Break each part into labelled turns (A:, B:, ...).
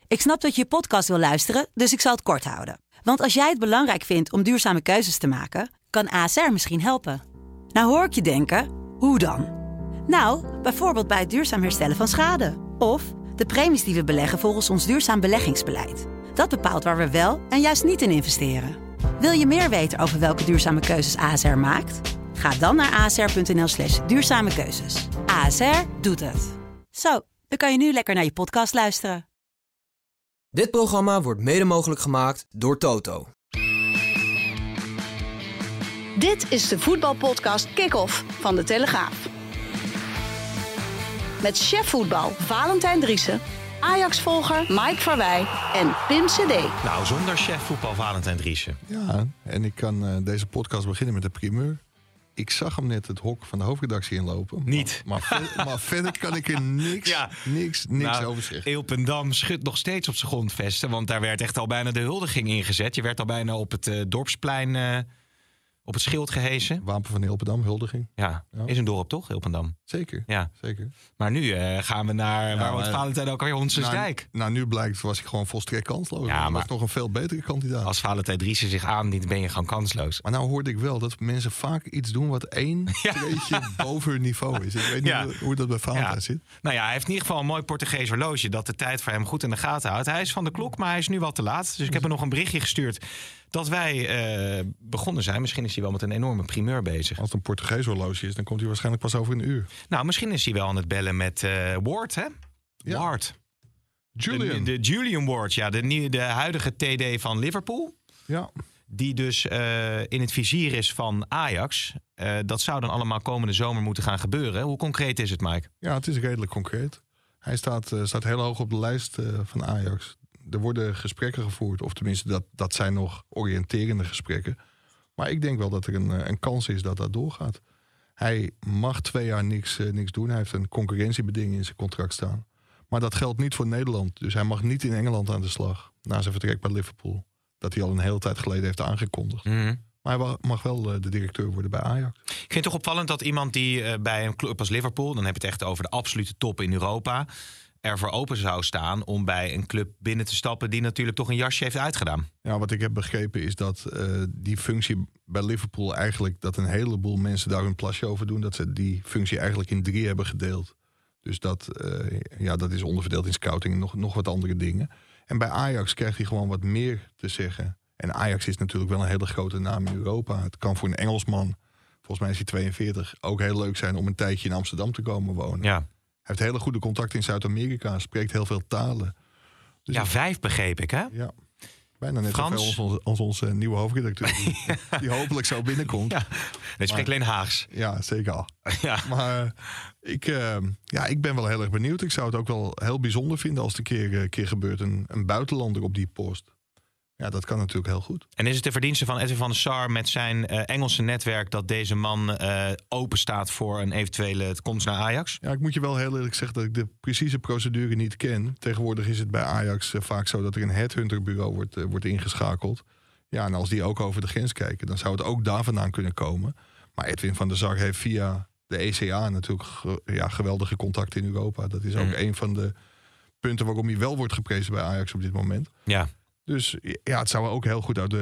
A: Ik snap dat je podcast wil luisteren, dus ik zal het kort houden. Want als jij het belangrijk vindt om duurzame keuzes te maken, kan ASR misschien helpen. Nou hoor ik je denken, hoe dan? Nou, bijvoorbeeld bij het duurzaam herstellen van schade. Of de premies die we beleggen volgens ons duurzaam beleggingsbeleid. Dat bepaalt waar we wel en juist niet in investeren. Wil je meer weten over welke duurzame keuzes ASR maakt? Ga dan naar asr.nl/duurzame keuzes. ASR doet het. Zo, dan kan je nu lekker naar je podcast luisteren.
B: Dit programma wordt mede mogelijk gemaakt door Toto.
C: Dit is de voetbalpodcast Kick-Off van De Telegraaf. Met chef voetbal Valentijn Driessen, Ajax-volger Mike Verwij en Pim CD.
D: Nou, zonder chef voetbal Valentijn Driessen.
E: Ja, en ik kan deze podcast beginnen met de primeur. Ik zag hem net het hok van de hoofdredactie inlopen.
D: Niet.
E: Maar verder kan ik er niks over zeggen.
D: Eelpendam schudt nog steeds op zijn grondvesten. Want daar werd echt al bijna de huldiging ingezet. Je werd al bijna op het dorpsplein op het schild gehesen.
E: Wapen van Eelpendam, huldiging.
D: Ja, is een dorp toch, Eelpendam?
E: Zeker,
D: ja.
E: Zeker.
D: Maar nu gaan we naar waar was Valentijn ook alweer, Honsensdijk.
E: Nou, nu blijkt, was ik gewoon volstrekt kansloos. Ja, maar was nog een veel betere kandidaat.
D: Als Valentijn Driessen zich aandient, ben je gewoon kansloos.
E: Maar nou hoorde ik wel dat mensen vaak iets doen wat één treetje boven hun niveau is. Ik weet niet hoe dat bij Valentijn zit.
D: Nou ja, hij heeft in ieder geval een mooi Portugees horloge dat de tijd voor hem goed in de gaten houdt. Hij is van de klok, maar hij is nu wat te laat. Dus ik heb hem nog een berichtje gestuurd dat wij begonnen zijn. Misschien is hij wel met een enorme primeur bezig.
E: Als het een Portugees horloge is, dan komt hij waarschijnlijk pas over een uur.
D: Nou, misschien is hij wel aan het bellen met Ward, hè?
E: Ja.
D: Ward.
E: Julian.
D: De Julian Ward, ja. De huidige TD van Liverpool.
E: Ja.
D: Die dus in het vizier is van Ajax. Dat zou dan allemaal komende zomer moeten gaan gebeuren. Hoe concreet is het, Mike?
E: Ja, het is redelijk concreet. Hij staat heel hoog op de lijst van Ajax. Er worden gesprekken gevoerd. Of tenminste, dat zijn nog oriënterende gesprekken. Maar ik denk wel dat er een kans is dat dat doorgaat. Hij mag 2 jaar niks doen. Hij heeft een concurrentiebeding in zijn contract staan. Maar dat geldt niet voor Nederland. Dus hij mag niet in Engeland aan de slag. Na zijn vertrek bij Liverpool. Dat hij al een hele tijd geleden heeft aangekondigd. Mm-hmm. Maar hij mag wel de directeur worden bij Ajax.
D: Ik vind het toch opvallend dat iemand die bij een club als Liverpool... dan heb je het echt over de absolute top in Europa... ervoor open zou staan om bij een club binnen te stappen... die natuurlijk toch een jasje heeft uitgedaan.
E: Ja, wat ik heb begrepen is dat die functie bij Liverpool eigenlijk... dat een heleboel mensen daar hun plasje over doen... dat ze die functie eigenlijk in 3 hebben gedeeld. Dus dat is onderverdeeld in scouting en nog wat andere dingen. En bij Ajax krijgt hij gewoon wat meer te zeggen. En Ajax is natuurlijk wel een hele grote naam in Europa. Het kan voor een Engelsman, volgens mij is hij 42... ook heel leuk zijn om een tijdje in Amsterdam te komen wonen. Ja. Hij heeft hele goede contacten in Zuid-Amerika. Spreekt heel veel talen. Dus
D: 5 begreep ik, hè?
E: Ja. Bijna net
D: Frans
E: zoveel als onze nieuwe hoofdredacteur. Die hopelijk zo binnenkomt.
D: Ja. Nee, spreekt alleen Haags.
E: Ja, zeker al. Ja. Maar ik ben wel heel erg benieuwd. Ik zou het ook wel heel bijzonder vinden als het een keer gebeurt. Een buitenlander op die post. Ja, dat kan natuurlijk heel goed.
D: En is het de verdienste van Edwin van der Sar met zijn Engelse netwerk... dat deze man open staat voor een eventuele komst naar Ajax?
E: Ja, ik moet je wel heel eerlijk zeggen dat ik de precieze procedure niet ken. Tegenwoordig is het bij Ajax vaak zo dat er een headhunterbureau wordt ingeschakeld. Ja, en als die ook over de grens kijken, dan zou het ook daar vandaan kunnen komen. Maar Edwin van der Sar heeft via de ECA natuurlijk geweldige contacten in Europa. Dat is ook een van de punten waarom hij wel wordt geprezen bij Ajax op dit moment.
D: Ja.
E: Dus ja, het zou ook heel goed uit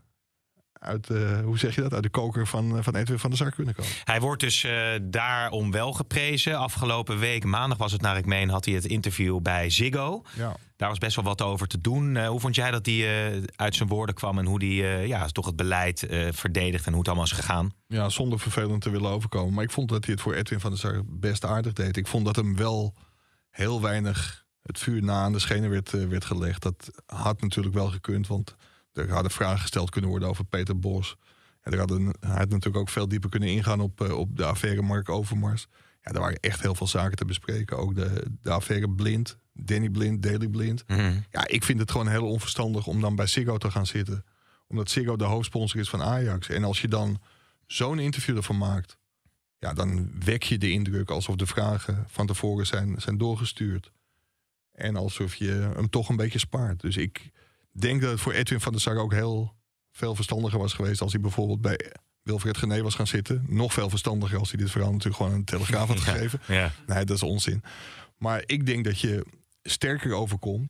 E: de koker van Edwin van der Sar kunnen komen.
D: Hij wordt dus daarom wel geprezen. Afgelopen week, maandag was het naar ik meen, had hij het interview bij Ziggo. Ja. Daar was best wel wat over te doen. Hoe vond jij dat hij uit zijn woorden kwam en hoe hij toch het beleid verdedigt en hoe het allemaal is gegaan?
E: Ja, zonder vervelend te willen overkomen. Maar ik vond dat hij het voor Edwin van der Sar best aardig deed. Ik vond dat hem wel heel weinig het vuur na aan de schenen werd gelegd. Dat had natuurlijk wel gekund, want er hadden vragen gesteld kunnen worden over Peter Bos. En hij had natuurlijk ook veel dieper kunnen ingaan op de affaire Mark Overmars. Ja, er waren echt heel veel zaken te bespreken. Ook de affaire Blind, Danny Blind, Daley Blind. Mm-hmm. Ja, ik vind het gewoon heel onverstandig om dan bij Ziggo te gaan zitten. Omdat Ziggo de hoofdsponsor is van Ajax. En als je dan zo'n interview ervan maakt, ja, dan wek je de indruk alsof de vragen van tevoren zijn doorgestuurd. En alsof je hem toch een beetje spaart. Dus ik denk dat het voor Edwin van der Sar ook heel veel verstandiger was geweest als hij bijvoorbeeld bij Wilfred Genee was gaan zitten. Nog veel verstandiger als hij dit verhaal natuurlijk gewoon een Telegraaf had gegeven. Ja. Nee, dat is onzin. Maar ik denk dat je sterker overkomt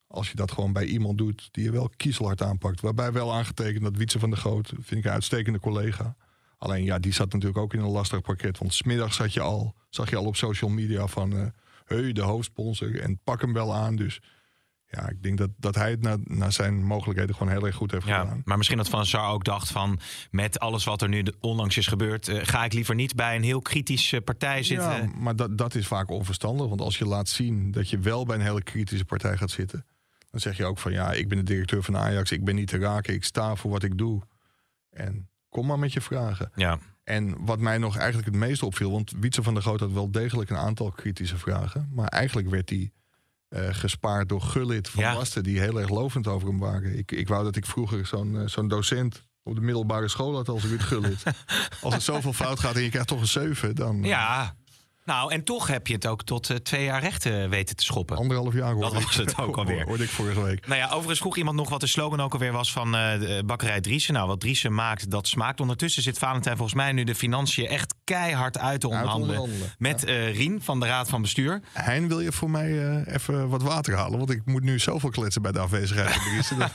E: als je dat gewoon bij iemand doet die je wel kiezelhard aanpakt. Waarbij wel aangetekend dat Wietse van der Goot, vind ik een uitstekende collega. Alleen ja, die zat natuurlijk ook in een lastig pakket. Want 's middags zag je al op social media van de hoofdsponsor en pak hem wel aan. Dus ja, ik denk dat hij het naar zijn mogelijkheden gewoon heel erg goed heeft gedaan.
D: Maar misschien dat Van der Sar ook dacht van, met alles wat er nu onlangs is gebeurd, ga ik liever niet bij een heel kritische partij zitten.
E: Ja, maar dat is vaak onverstandig. Want als je laat zien dat je wel bij een hele kritische partij gaat zitten, dan zeg je ook van ja, ik ben de directeur van Ajax, ik ben niet te raken, ik sta voor wat ik doe. En kom maar met je vragen.
D: Ja.
E: En wat mij nog eigenlijk het meest opviel, want Wietse van der Goot had wel degelijk een aantal kritische vragen, maar eigenlijk werd die gespaard door Gullit van Basten, die heel erg lovend over hem waren. Ik wou dat ik vroeger zo'n docent op de middelbare school had als Ruud Gullit. Als het zoveel fout gaat en je krijgt toch een 7, dan...
D: Ja, nou, en toch heb je het ook tot 2 jaar recht weten te schoppen.
E: 1,5 jaar hoor.
D: Dat was het ook alweer.
E: Hoorde ik vorige week.
D: Nou ja, overigens vroeg iemand nog wat de slogan ook alweer was van bakkerij Driessen. Nou, wat Driessen maakt, dat smaakt. Ondertussen zit Valentijn volgens mij nu de financiën echt keihard uit te onderhandelen. Met Rien van de Raad van Bestuur.
E: Hein, wil je voor mij even wat water halen? Want ik moet nu zoveel kletsen bij de afwezigheid van Driessen.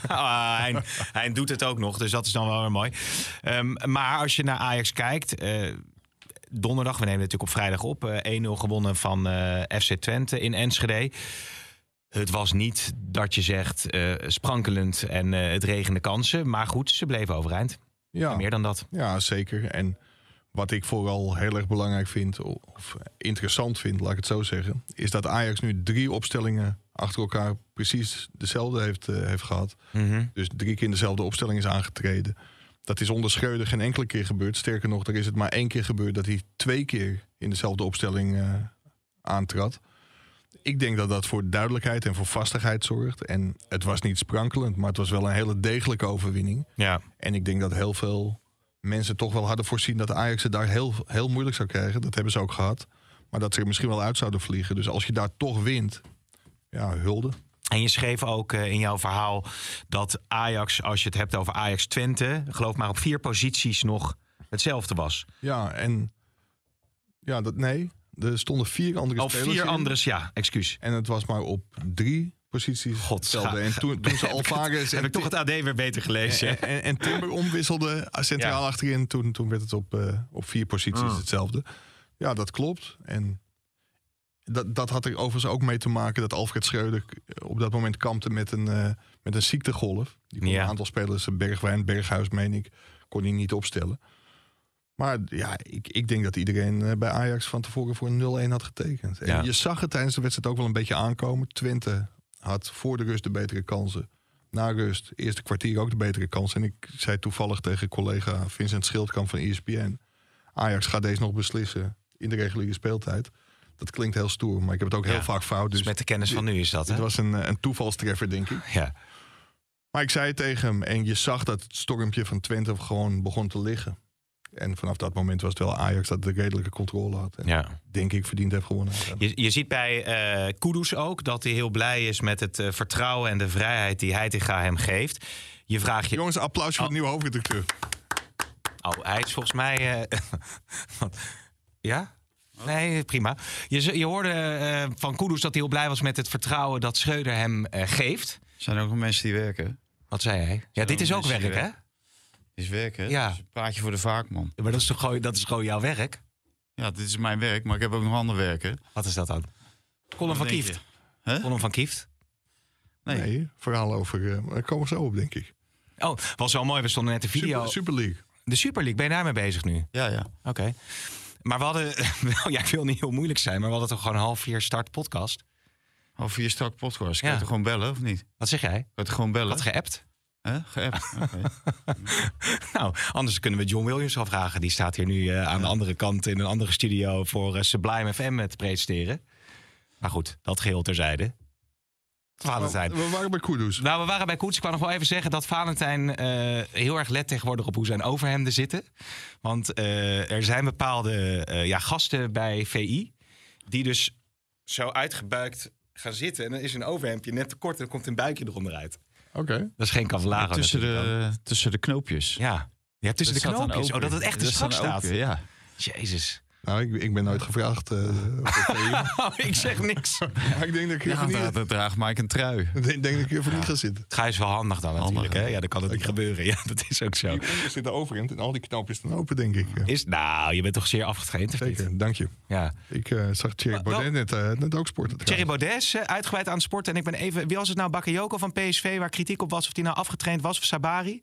D: Hein doet het ook nog, dus dat is dan wel weer mooi. Maar als je naar Ajax kijkt... donderdag, we nemen het natuurlijk op vrijdag op. 1-0 gewonnen van FC Twente in Enschede. Het was niet dat je zegt sprankelend en het regende kansen. Maar goed, ze bleven overeind. Ja, meer dan dat.
E: Ja, zeker. En wat ik vooral heel erg belangrijk vind, of interessant vind, laat ik het zo zeggen, is dat Ajax nu 3 opstellingen achter elkaar precies dezelfde heeft gehad. Mm-hmm. Dus 3 keer in dezelfde opstelling is aangetreden. Dat is onder Schreuder geen enkele keer gebeurd. Sterker nog, er is het maar 1 keer gebeurd dat hij 2 keer in dezelfde opstelling aantrad. Ik denk dat dat voor duidelijkheid en voor vastigheid zorgt. En het was niet sprankelend, maar het was wel een hele degelijke overwinning. Ja. En ik denk dat heel veel mensen toch wel hadden voorzien dat Ajax het daar heel, heel moeilijk zou krijgen. Dat hebben ze ook gehad. Maar dat ze er misschien wel uit zouden vliegen. Dus als je daar toch wint, ja, hulde.
D: En je schreef ook in jouw verhaal dat Ajax, als je het hebt over Ajax Twente, geloof maar op 4 posities nog hetzelfde was.
E: Ja, en ja, nee. Er stonden 4 andere spelers
D: 4 anders, ja, excuus.
E: En het was maar op 3 posities hetzelfde. En toen ze Alvarez...
D: heb ik toch het AD weer beter gelezen.
E: En Timber omwisselde centraal achterin. Toen werd het op 4 posities hetzelfde. Ja, dat klopt. En dat had er overigens ook mee te maken dat Alfred Schreuder op dat moment kampte met een ziektegolf. Die kon een aantal spelers, Bergwijn, Berghuis, meen ik, kon hij niet opstellen. Maar ja, ik denk dat iedereen bij Ajax van tevoren voor een 0-1 had getekend. En je zag het tijdens de wedstrijd ook wel een beetje aankomen. Twente had voor de rust de betere kansen. Na rust, eerste kwartier ook de betere kansen. En ik zei toevallig tegen collega Vincent Schildkamp van ESPN... Ajax gaat deze nog beslissen in de reguliere speeltijd. Dat klinkt heel stoer, maar ik heb het ook heel vaak fout. Dus
D: met de kennis van nu is dat, hè?
E: Het was een toevalstreffer, denk ik.
D: Ja.
E: Maar ik zei het tegen hem en je zag dat het stormpje van Twente gewoon begon te liggen. En vanaf dat moment was het wel Ajax dat de redelijke controle had. En denk ik verdiend heeft gewonnen.
D: Je ziet bij Kudus ook dat hij heel blij is met het vertrouwen en de vrijheid die Heitinga hem geeft. Je vraagt je...
E: Jongens, applaus voor de nieuwe hoofdredacteur.
D: Hij is volgens mij... ja? Nee, prima. Je hoorde van Kudus dat hij heel blij was met het vertrouwen dat Schreuder hem geeft.
F: Er zijn ook nog mensen die werken.
D: Wat zei hij? Ja, dit is ook werk, hè?
F: Is werken.
D: Ja.
F: Dus een praatje voor de vaakman.
D: Maar dat is gewoon jouw werk?
F: Ja, dit is mijn werk, maar ik heb ook nog ander werken.
D: Wat is dat dan? Colin van Kieft. Colin van Kieft?
E: Nee, verhaal over... daar komen we zo op, denk ik.
D: Oh, was wel mooi. We stonden net de video...
E: Super League.
D: De Super League, ben je daarmee bezig nu?
F: Ja.
D: Oké. Maar we hadden... ja, ik wil niet heel moeilijk zijn, maar we hadden toch gewoon 3:30 start podcast?
F: 3:30 start podcast. Kan je toch gewoon bellen, of niet?
D: Wat zeg jij?
F: Kan je gewoon bellen?
D: Wat geappt?
F: Geappt, oké.
D: Nou, anders kunnen we John Williams afvragen. Die staat hier nu aan de andere kant in een andere studio voor Sublime FM te presenteren. Maar goed, dat geheel terzijde. Valentijn.
E: We waren bij Kudus.
D: Nou, we waren bij Kudus. Ik wou nog wel even zeggen dat Valentijn heel erg let tegenwoordig op hoe zijn overhemden zitten. Want er zijn bepaalde gasten bij VI die dus zo uitgebuikt gaan zitten. En dan is een overhemdje net te kort en dan komt een buikje eronder uit.
E: Oké.
D: Dat is geen cavallaro.
F: Tussen de knoopjes.
D: Ja, tussen de knoopjes. Dat het echt een strak staat.
F: Ja.
D: Jezus.
E: Nou, ik ben nooit gevraagd.
D: Ik zeg niks.
E: Maar ik denk dat ik even niet...
F: Dan draagt Mike een trui.
E: Ik denk dat ik even niet ga zitten.
D: Het is wel handig dan natuurlijk. Hè? Ja, dan kan het niet gebeuren. Ja, dat is ook zo.
E: Die onder zit overend en al die knoopjes dan open, denk ik.
D: Je bent toch zeer afgetraind?
E: Zeker, dank je.
D: Ja.
E: Ik zag Thierry Baudet net ook sporten.
D: Thierry Baudet is uitgebreid aan het sporten. En ik ben even... Wie was het nou? Bakayoko van PSV, waar kritiek op was of hij nou afgetraind was? Of Sabari?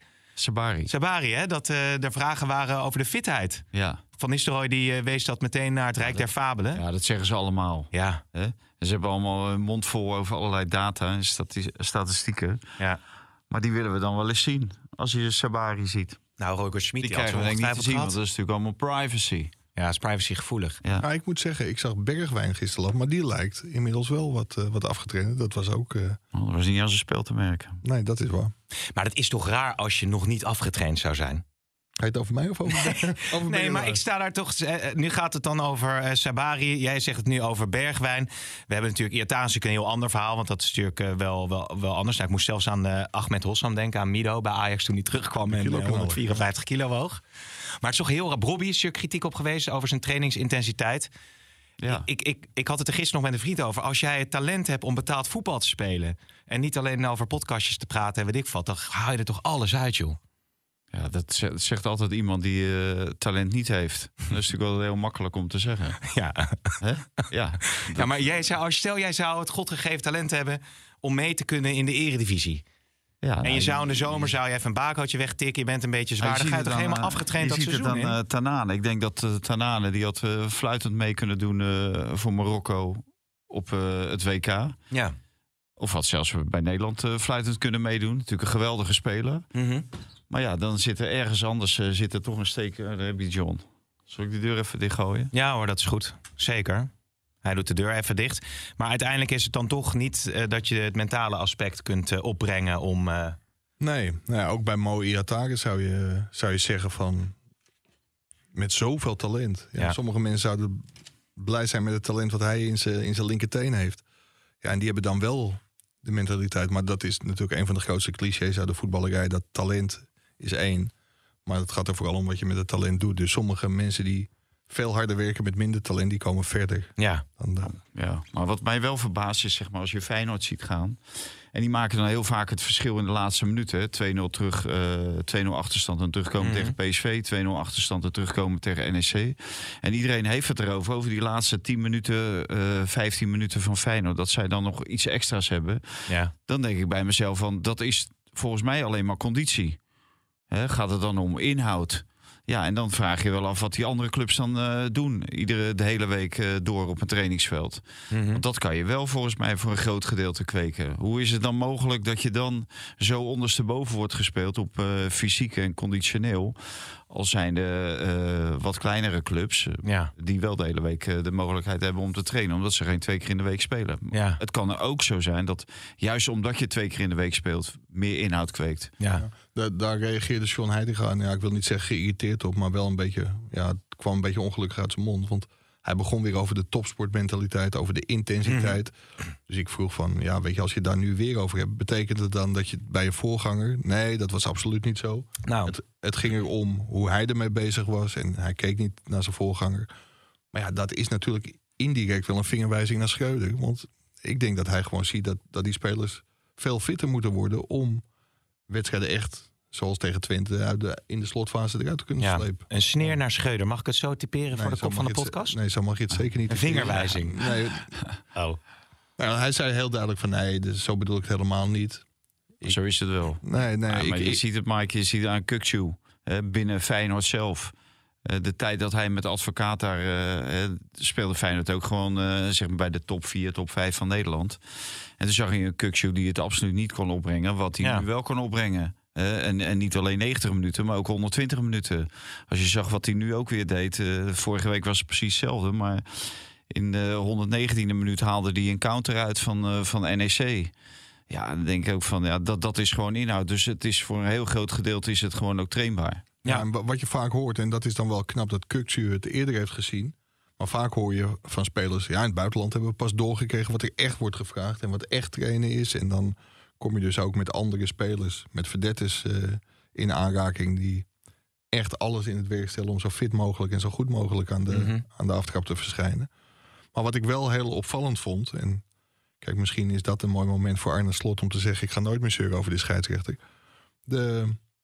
D: Sabari, hè? Dat er vragen waren over de fitheid.
F: Ja.
D: Van Nistelrooy die wees dat meteen naar het Rijk der Fabelen.
F: Ja, dat zeggen ze allemaal.
D: Ja.
F: Hè? Ze hebben allemaal een mond vol over allerlei data en statistieken.
D: Ja.
F: Maar die willen we dan wel eens zien, als je Sabari ziet.
D: Nou, Roger Schmid,
F: die krijgen we denk ik niet te zien, want dat is natuurlijk allemaal privacy.
D: Ja, dat is privacygevoelig.
F: Ja.
E: Nou, ik moet zeggen, ik zag Bergwijn gisteren lopen, maar die lijkt inmiddels wel wat afgetraind. Dat was ook...
F: Dat was niet aan zijn spel te merken.
E: Nee, dat is waar.
D: Maar dat is toch raar als je nog niet afgetraind zou zijn?
E: Ga je het over mij of over
D: Nee, maar ik sta daar toch... Nu gaat het dan over Sabari. Jij zegt het nu over Bergwijn. We hebben natuurlijk Iataren natuurlijk een heel ander verhaal. Want dat is natuurlijk wel anders. Nou, ik moest zelfs aan Ahmed Hossam denken. Aan Mido bij Ajax toen hij terugkwam en 154 kilo woog. Maar het is toch heel raar. Brobby is er kritiek op geweest over zijn trainingsintensiteit. Ja. Ik had het er gisteren nog met een vriend over. Als jij het talent hebt om betaald voetbal te spelen... en niet alleen over podcastjes te praten en weet ik wat... dan haal je er toch alles uit, joh.
F: Ja, dat zegt altijd iemand die talent niet heeft. Dat is natuurlijk wel heel makkelijk om te zeggen.
D: Ja.
F: Hè? Ja.
D: Ja, maar jij zou het godgegeven talent hebben... om mee te kunnen in de eredivisie. Ja, en je zou in de zomer je even een baakhoutje wegtikken. Je bent een beetje zwaar. Dan ga je toch helemaal afgetraind dat seizoen in? Je ziet het dan
F: Tanane. Ik denk dat Tanane die had fluitend mee kunnen doen voor Marokko op het WK.
D: Ja.
F: Of had zelfs bij Nederland fluitend kunnen meedoen. Natuurlijk een geweldige speler.
D: Mm-hmm.
F: Maar ja, dan zit er ergens anders toch een steek. Daar heb je John. Zal ik die deur even dichtgooien?
D: Ja hoor, dat is goed. Zeker. Hij doet de deur even dicht. Maar uiteindelijk is het dan toch niet dat je het mentale aspect kunt opbrengen om...
E: Nee, nou ja, ook bij Mo Iataren zou je zeggen van... met zoveel talent. Ja. Sommige mensen zouden blij zijn met het talent wat hij in zijn linkerteen heeft. Ja, en die hebben dan wel de mentaliteit. Maar dat is natuurlijk een van de grootste clichés uit de voetballerij. Dat talent is één. Maar het gaat er vooral om wat je met het talent doet. Dus sommige mensen die veel harder werken met minder talent... die komen verder.
D: Ja.
F: Ja, maar wat mij wel verbaast is, zeg maar, als je Feyenoord ziet gaan... en die maken dan heel vaak het verschil in de laatste minuten. 2-0 terug, 2-0 achterstand en terugkomen tegen PSV... 2-0 achterstand en terugkomen tegen NEC. En iedereen heeft het erover, over die laatste 10 minuten, 15 minuten van Feyenoord... dat zij dan nog iets extra's hebben.
D: Ja.
F: Dan denk ik bij mezelf van, dat is volgens mij alleen maar conditie. Gaat het dan om inhoud? Ja, en dan vraag je wel af wat die andere clubs dan doen. De hele week door op een trainingsveld. Mm-hmm. Want dat kan je wel volgens mij voor een groot gedeelte kweken. Hoe is het dan mogelijk dat je dan zo ondersteboven wordt gespeeld... op fysiek en conditioneel... als zijn de wat kleinere clubs... die wel de hele week de mogelijkheid hebben om te trainen... omdat ze geen 2 keer in de week spelen.
D: Ja.
F: Het kan er ook zo zijn dat juist omdat je 2 keer in de week speelt... meer inhoud kweekt.
D: Ja.
E: Daar reageerde John Heitinga aan. Ja, ik wil niet zeggen geïrriteerd op, maar wel een beetje... Ja, het kwam een beetje ongelukkig uit zijn mond. Want hij begon weer over de topsportmentaliteit, over de intensiteit. Dus ik vroeg van, ja, weet je, als je daar nu weer over hebt... betekent het dan dat je bij je voorganger... Nee, dat was absoluut niet zo.
D: Nou.
E: Het ging erom hoe hij ermee bezig was. En hij keek niet naar zijn voorganger. Maar ja, dat is natuurlijk indirect wel een vingerwijzing naar Schreuder. Want ik denk dat hij gewoon ziet dat die spelers veel fitter moeten worden... om wedstrijden echt... zoals tegen Twente in de slotfase eruit te kunnen slepen.
D: Een sneer naar Schreuder. Mag ik het zo typeren voor de kop van de podcast?
E: Nee, zo mag je het zeker niet.
D: Een vingerwijzing.
E: Nee.
D: Oh.
E: Nou, hij zei heel duidelijk van nee, zo bedoel ik het helemaal niet.
F: Zo is het wel.
E: Nee,
F: maar je ziet het, Mike, je ziet het aan Kukçu binnen Feyenoord zelf. De tijd dat hij met de advocaat daar speelde Feyenoord ook gewoon zeg maar bij de top 4, top 5 van Nederland. En toen zag je een Kukçu die het absoluut niet kon opbrengen, wat hij nu wel kon opbrengen. En niet alleen 90 minuten, maar ook 120 minuten. Als je zag wat hij nu ook weer deed. Vorige week was het precies hetzelfde. Maar in de 119e minuut haalde hij een counter uit van NEC. Ja, dan denk ik ook van, ja, dat is gewoon inhoud. Dus het is voor een heel groot gedeelte is het gewoon ook trainbaar.
E: Ja, en wat je vaak hoort, en dat is dan wel knap dat Kukçu het eerder heeft gezien. Maar vaak hoor je van spelers, ja, in het buitenland hebben we pas doorgekregen wat er echt wordt gevraagd en wat echt trainen is. En dan kom je dus ook met andere spelers, met verdetters in aanraking die echt alles in het werk stellen om zo fit mogelijk en zo goed mogelijk aan de aftrap te verschijnen. Maar wat ik wel heel opvallend vond, en kijk, misschien is dat een mooi moment voor Arne Slot om te zeggen, ik ga nooit meer zeuren over de scheidsrechter. De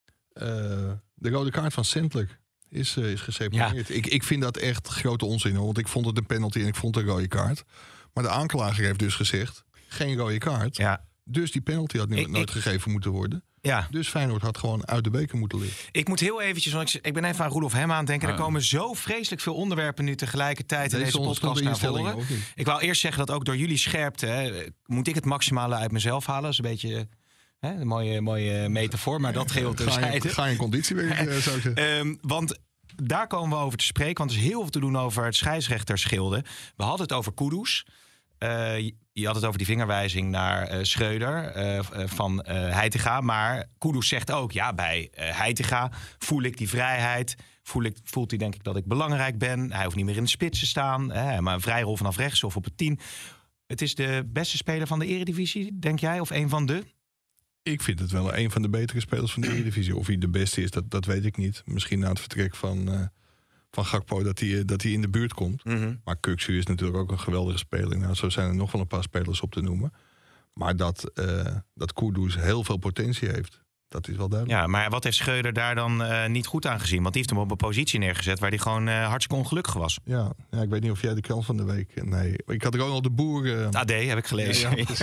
E: rode kaart van Sendler is geseponeerd. Ja. Ik vind dat echt grote onzin, hoor, want ik vond het een penalty en ik vond het een rode kaart. Maar de aanklager heeft dus gezegd, geen rode kaart. Ja. Dus die penalty had nooit gegeven moeten worden. Ja. Dus Feyenoord had gewoon uit de beker moeten liggen.
D: Ik moet heel eventjes, want ik ben even aan Roelof Hemma aan het denken. Er komen zo vreselijk veel onderwerpen nu tegelijkertijd in deze podcast naar voren. Ik wou eerst zeggen dat ook door jullie scherpte, moet ik het maximale uit mezelf halen. Dat is een beetje een mooie metafoor, maar dat geheel terzijde.
E: Ga je in conditie weer, zou ik zeggen.
D: Want daar komen we over te spreken, want er is heel veel te doen over het scheidsrechterschilde. We hadden het over Kudus. Je had het over die vingerwijzing naar Schreuder van Heitinga. Maar Kudus zegt ook, ja, bij Heitinga voel ik die vrijheid. Voelt hij denk ik dat ik belangrijk ben. Hij hoeft niet meer in de spits te staan. Maar een vrijrol vanaf rechts of op het 10. Het is de beste speler van de Eredivisie, denk jij? Of een van de?
E: Ik vind het wel een van de betere spelers van de Eredivisie. Of hij de beste is, dat weet ik niet. Misschien na het vertrek van Gakpo dat hij in de buurt komt. Mm-hmm. Maar Kukçu is natuurlijk ook een geweldige speler. Nou, zo zijn er nog wel een paar spelers op te noemen. Maar dat Kudus heel veel potentie heeft, dat is wel duidelijk.
D: Ja, maar wat heeft Schreuder daar dan niet goed aan gezien? Want die heeft hem op een positie neergezet waar hij gewoon hartstikke ongelukkig was.
E: Ja, ik weet niet of jij de krant van de week... Nee, ik had Ronald de Boer...
D: AD heb ik gelezen.
E: Ik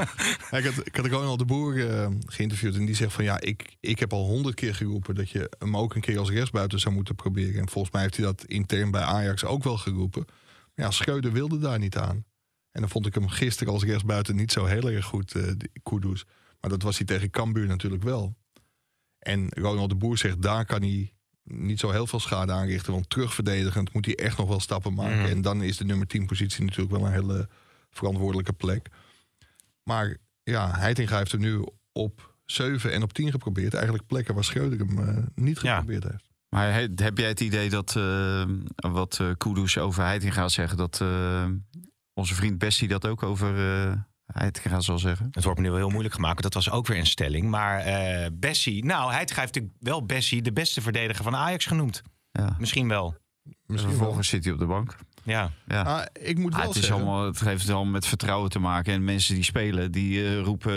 E: had Ronald de Boer geïnterviewd en die zegt van ja, ik heb al 100 keer geroepen dat je hem ook een keer als rechtsbuiten zou moeten proberen. En volgens mij heeft hij dat intern bij Ajax ook wel geroepen. Maar ja, Schreuder wilde daar niet aan. En dan vond ik hem gisteren als rechtsbuiten niet zo heel erg goed, Kudus. Maar dat was hij tegen Cambuur natuurlijk wel. En Ronald de Boer zegt, daar kan hij niet zo heel veel schade aanrichten. Want terugverdedigend moet hij echt nog wel stappen maken. En dan is de nummer 10 positie natuurlijk wel een hele verantwoordelijke plek. Maar ja, Heitinga heeft hem nu op 7 en op 10 geprobeerd. Eigenlijk plekken waar Schreuder hem niet geprobeerd heeft.
F: Maar heb jij het idee dat wat Kudus over Heitinga zeggen, dat onze vriend Bessie dat ook over Heitinga zal zeggen?
D: Het wordt me nu wel heel moeilijk gemaakt. Dat was ook weer een stelling. Maar Bessie, Heitinga heeft natuurlijk wel Bessie de beste verdediger van Ajax genoemd. Ja. Misschien wel.
F: Vervolgens zit hij op de bank.
D: Ja.
E: Ik moet wel zeggen.
F: Het heeft allemaal met vertrouwen te maken. En mensen die spelen, die roepen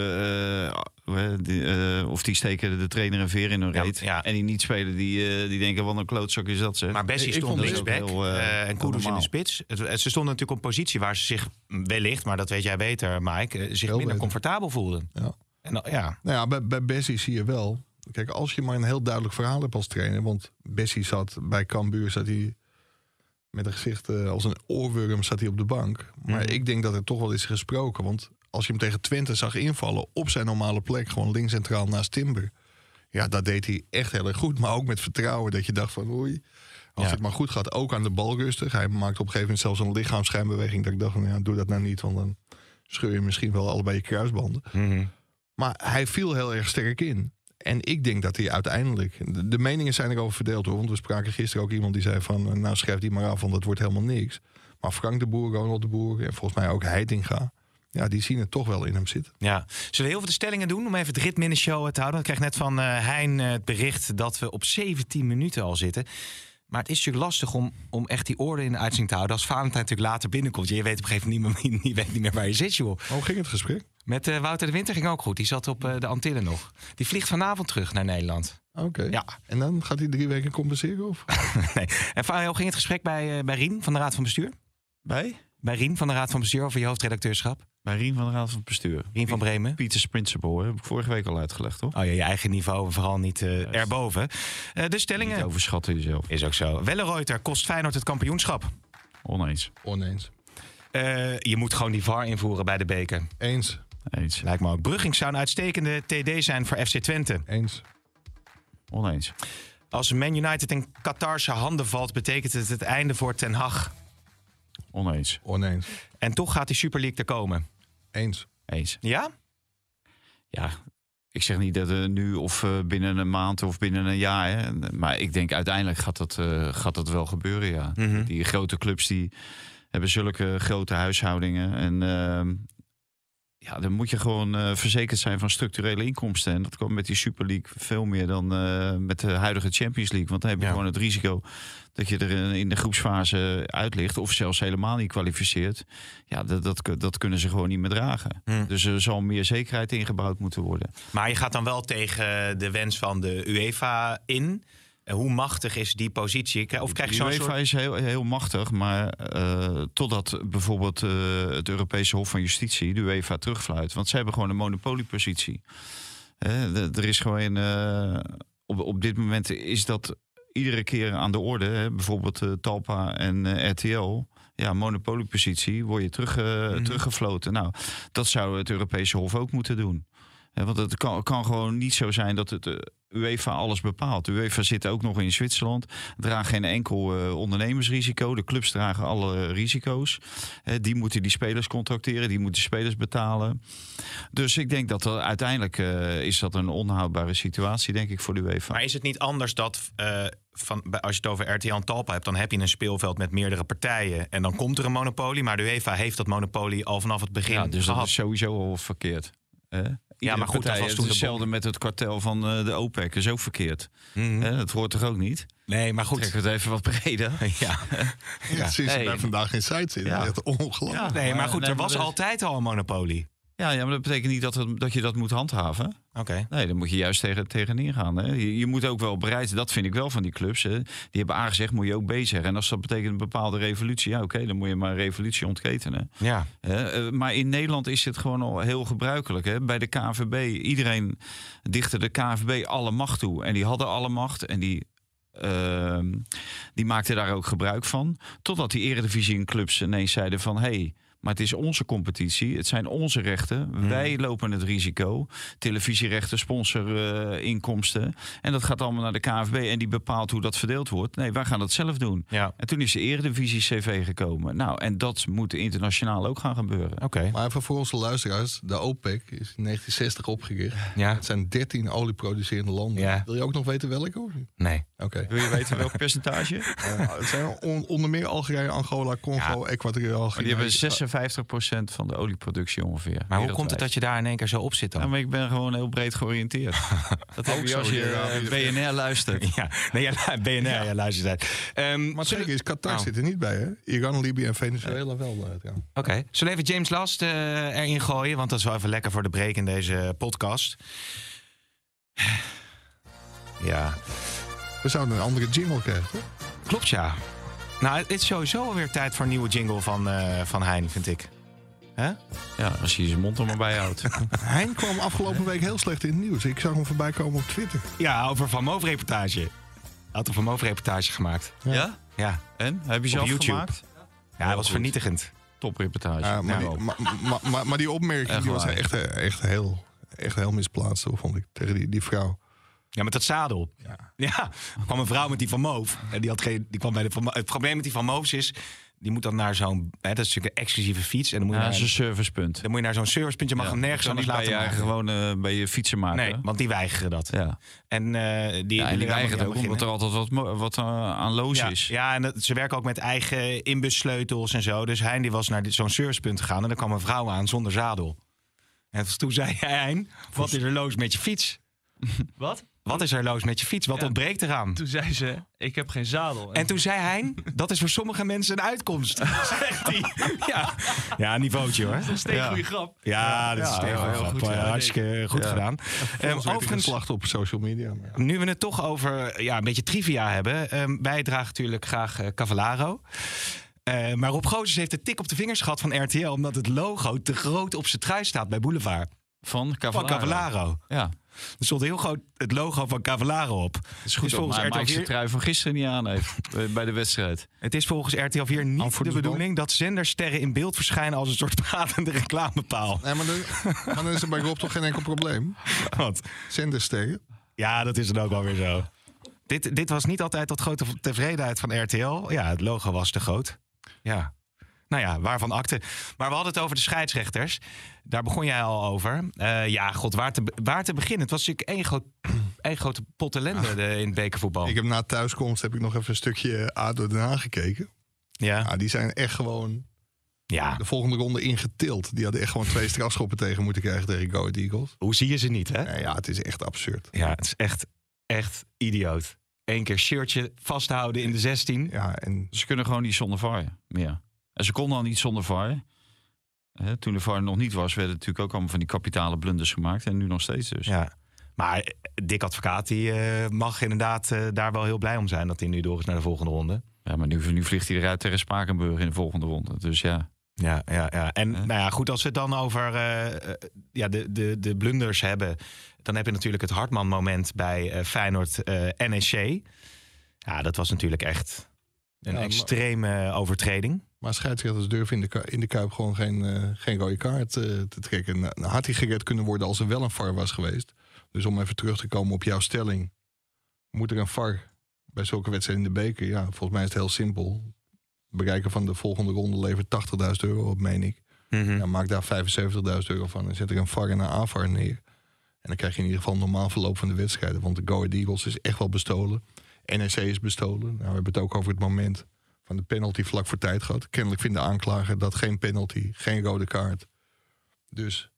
F: of die steken de trainer een veer in hun reet. Ja. En die niet spelen, die denken, wat een klootzak is dat, zeg.
D: Maar Bessie stond linksback en Kudus in de spits. Ze stonden natuurlijk op een positie waar ze zich wellicht, maar dat weet jij beter, Mike, zich minder comfortabel voelden. Ja. En,
E: bij Bessie zie je wel. Kijk, als je maar een heel duidelijk verhaal hebt als trainer. Want Bessie zat bij Cambuur, zat hij met een gezicht als een oorworm zat hij op de bank. Maar ik denk dat er toch wel is gesproken. Want als je hem tegen Twente zag invallen op zijn normale plek, gewoon links centraal naast Timber. Ja, dat deed hij echt heel erg goed. Maar ook met vertrouwen dat je dacht van oei, als het maar goed gaat, ook aan de bal rustig. Hij maakte op een gegeven moment zelfs een lichaamsschijnbeweging dat ik dacht van doe dat nou niet, want dan scheur je misschien wel allebei je kruisbanden. Mm-hmm. Maar hij viel heel erg sterk in. En ik denk dat hij uiteindelijk... De meningen zijn erover verdeeld, hoor. Want we spraken gisteren ook iemand die zei van schrijf die maar af, want dat wordt helemaal niks. Maar Frank de Boer, Ronald de Boer en volgens mij ook Heitinga, ja, die zien het toch wel in hem zitten.
D: Ja. Zullen we heel veel de stellingen doen om even het ritme in de show te houden? Ik krijg net van Hein het bericht dat we op 17 minuten al zitten. Maar het is natuurlijk lastig om echt die orde in de uitzending te houden als Valentijn natuurlijk later binnenkomt. Je weet op een gegeven moment niet meer waar je zit, joh.
E: Hoe ging het gesprek?
D: Met Wouter de Winter ging ook goed. Die zat op de Antillen nog. Die vliegt vanavond terug naar Nederland.
E: Oké.
D: Ja.
E: En dan gaat hij 3 weken compenseren? Of?
D: Nee. En hoe ging het gesprek bij Rien van de Raad van Bestuur?
F: Bij
D: Rien van de Raad van Bestuur over je hoofdredacteurschap?
F: Bij Rien van de Raad van Bestuur.
D: Rien van Bremen.
F: Peters Principle, heb ik vorige week al uitgelegd, hoor.
D: Oh ja, je eigen niveau, vooral niet erboven. De stellingen...
F: Niet overschatten jezelf.
D: Is ook zo. Wellenreuter kost Feyenoord het kampioenschap.
F: Oneens.
D: Je moet gewoon die VAR invoeren bij de beker.
E: Eens.
D: Lijkt me ook. Brugging zou een uitstekende TD zijn voor FC Twente.
E: Eens.
F: Oneens.
D: Als Man United in Qatarse handen valt, betekent het einde voor Ten Hag.
F: Oneens.
D: En toch gaat die Super League er komen.
E: Eens.
D: Ja?
F: Ja, ik zeg niet dat nu of binnen een maand of binnen een jaar. Hè. Maar ik denk uiteindelijk gaat dat wel gebeuren, ja. Mm-hmm. Die grote clubs die hebben zulke grote huishoudingen. En Ja, dan moet je gewoon verzekerd zijn van structurele inkomsten. En dat komt met die Super League veel meer dan met de huidige Champions League. Want dan heb je gewoon het risico dat je er in de groepsfase uit ligt. Of zelfs helemaal niet kwalificeert. Ja, dat kunnen ze gewoon niet meer dragen. Dus er zal meer zekerheid ingebouwd moeten worden.
D: Maar je gaat dan wel tegen de wens van de UEFA in. Hoe machtig is die positie? Of krijg je
F: de UEFA is heel machtig, maar totdat bijvoorbeeld het Europese Hof van Justitie de UEFA terugfluit. Want ze hebben gewoon een monopoliepositie. Er is gewoon op dit moment is dat iedere keer aan de orde. Hè? Bijvoorbeeld Talpa en RTL. Ja, monopoliepositie, word je teruggefloten. Nou, dat zou het Europese Hof ook moeten doen. Want het kan gewoon niet zo zijn dat het UEFA alles bepaalt. De UEFA zit ook nog in Zwitserland. Draagt geen enkel ondernemersrisico. De clubs dragen alle risico's. Die moeten die spelers contracteren. Die moeten spelers betalen. Dus ik denk dat uiteindelijk is dat een onhoudbare situatie, denk ik, voor de UEFA.
D: Maar is het niet anders dat als je het over RTL en Talpa hebt, dan heb je een speelveld met meerdere partijen en dan komt er een monopolie. Maar de UEFA heeft dat monopolie al vanaf het begin
F: dus
D: gehad.
F: Dat is sowieso al verkeerd.
D: Ja, maar goed, dat was toen
F: hetzelfde met het kartel van de OPEC. Dat is ook verkeerd. Dat hoort toch ook niet?
D: Nee, maar goed.
F: Trek het even wat breder.
E: Sinds wij vandaag in site zitten. Ja. Echt ongelooflijk.
D: Ja, nee, maar goed, er was altijd al een monopolie.
F: Ja, maar dat betekent niet dat je dat moet handhaven.
D: Oké.
F: Nee, dan moet je juist tegenin gaan. Hè. Je moet ook wel bereid, dat vind ik wel van die clubs. Hè. Die hebben A gezegd, moet je ook B zeggen. En als dat betekent een bepaalde revolutie, ja oké, dan moet je maar een revolutie ontketenen.
D: Ja.
F: Maar in Nederland is dit gewoon al heel gebruikelijk. Hè. Bij de KNVB, iedereen dichtte de KNVB alle macht toe. En die hadden alle macht en die maakten daar ook gebruik van. Totdat die eredivisie en clubs ineens zeiden van hey, maar het is onze competitie, het zijn onze rechten. Wij lopen het risico. Televisierechten, sponsorinkomsten. En dat gaat allemaal naar de KNVB en die bepaalt hoe dat verdeeld wordt. Nee, wij gaan dat zelf doen. Ja. En toen is de Eredivisie CV gekomen. Nou, en dat moet internationaal ook gaan gebeuren.
D: Okay.
E: Maar even voor onze luisteraars, de OPEC is in 1960 opgericht. Ja. Het zijn 13 olieproducerende landen. Ja. Wil je ook nog weten welke?
D: Nee.
E: Okay.
F: Wil je weten welk percentage?
E: Het zijn onder meer Algerije, Angola, Congo, Equatoriaal Guinea.
F: Die hebben 56% van de olieproductie ongeveer.
D: Maar hoe komt het dat je daar in één keer zo op zit dan?
F: Ja, maar ik ben gewoon heel breed georiënteerd. Dat heb je als je BNR luistert.
D: Ja, nee, BNR luistert.
E: Maar zeker is, Qatar zit er niet bij, hè? Iran, Libië en Venezuela wel.
D: Oké. Zullen we even James Last erin gooien? Want dat is wel even lekker voor de break in deze podcast. Ja.
E: We zouden een andere jingle krijgen, toch?
D: Klopt, ja. Nou, het is sowieso alweer tijd voor een nieuwe jingle van Hein, vind ik. Huh?
F: Ja, als hij zijn mond er maar bij houdt.
E: Hein kwam afgelopen week heel slecht in het nieuws. Ik zag hem voorbij komen op Twitter.
D: Ja, over Van Moof-reportage. Hij had een Van Moof-reportage gemaakt.
F: Ja?
D: Ja.
F: En? Heb je zelf
D: YouTube
F: gemaakt?
D: Ja, dat was vernietigend.
F: Topreportage.
E: Maar die opmerking die was echt heel misplaatst, vond ik, tegen die vrouw.
D: Ja, met dat zadel. Ja, kwam een vrouw met die Van Moof. En die kwam bij het probleem met die Van Moofs is, die moet dan naar zo'n, dat is natuurlijk een exclusieve fiets. En dan moet je
F: naar een servicepunt.
D: Dan moet je naar zo'n servicepunt. Je mag hem nergens anders laten maken.
F: Gewoon bij je fietsen maken.
D: Nee, want die weigeren dat.
F: Ja.
D: En die
F: weigeren ook omdat er altijd wat aan loos is.
D: Ja, en ze werken ook met eigen inbussleutels en zo. Dus Hein die was naar zo'n servicepunt gegaan en er kwam een vrouw aan zonder zadel. En toen zei Hein, wat is er loos met je fiets?
G: Wat?
D: Wat is er loos met je fiets? Wat ontbreekt eraan?
G: Toen zei ze, ik heb geen zadel.
D: En toen zei Hein, dat is voor sommige mensen een uitkomst. Zegt hij. Ja, niveautje hoor.
G: Dat is een steengoede grap.
D: Ja, dat is een steengoede grap. Hartstikke goed gedaan.
E: Overigens slacht op social media. Maar
D: nu we het toch over een beetje trivia hebben. Wij dragen natuurlijk graag Cavallaro. Maar Rob Goossens heeft de tik op de vingers gehad van RTL, omdat het logo te groot op zijn trui staat bij Boulevard.
F: Van Cavallaro.
D: Ja. Er stond heel groot het logo van Cavallaro op.
F: Het is goed volgens Mike zijn trui van gisteren niet aan heeft bij de wedstrijd.
D: Het is volgens RTL 4 niet de bedoeling dat zendersterren in beeld verschijnen als een soort pratende reclamepaal.
E: Nee, maar dan is er bij Rob toch geen enkel probleem.
D: Wat?
E: Zendersterren?
D: Ja, dat is dan ook wel weer zo. Dit was niet altijd tot grote tevredenheid van RTL. Ja, het logo was te groot. Ja. Nou ja, waarvan akte. Maar we hadden het over de scheidsrechters. Daar begon jij al over. Waar te beginnen? Het was natuurlijk één grote pot ellende in het bekervoetbal.
E: Ik heb na thuiskomst nog even een stukje ADO Den Haag gekeken. Ja. Die zijn echt gewoon
D: Ja.
E: De volgende ronde ingetild. Die hadden echt gewoon 2 strafschoppen tegen moeten krijgen tegen Go Ahead Eagles.
D: Hoe zie je ze niet, hè?
E: Ja, het is echt absurd.
D: Ja, het is echt idioot. 1 keer shirtje vasthouden in de 16.
E: Ja, en
F: Ze kunnen gewoon niet zonder VAR meer. En ze konden al niet zonder VAR. Toen de VAR nog niet was, werden natuurlijk ook allemaal van die kapitale blunders gemaakt. En nu nog steeds dus.
D: Ja. Maar Dick Advocaat die mag inderdaad daar wel heel blij om zijn dat hij nu door is naar de volgende ronde.
F: Ja, maar nu vliegt hij eruit tegen Spakenburg in de volgende ronde. Dus ja.
D: Ja. En nou ja, goed, als we het dan over de blunders hebben, dan heb je natuurlijk het Hartman-moment bij Feyenoord NEC. Ja, dat was natuurlijk echt een extreme overtreding.
E: Maar scheidsrechters durven in de Kuip gewoon geen rode kaart te trekken. Nou, had hij gered kunnen worden als er wel een VAR was geweest. Dus om even terug te komen op jouw stelling. Moet er een VAR bij zulke wedstrijden in de beker? Ja, volgens mij is het heel simpel. Bereiken van de volgende ronde levert €80.000 op, meen ik.
D: Mm-hmm.
E: Ja, maak daar €75.000 van en zet er een VAR en een AVAR neer. En dan krijg je in ieder geval een normaal verloop van de wedstrijden. Want de Go Ahead Eagles is echt wel bestolen. NEC is bestolen. Nou, we hebben het ook over het moment van de penalty vlak voor tijd gehad. Kennelijk vindt de aanklager dat geen penalty, geen rode kaart. Dus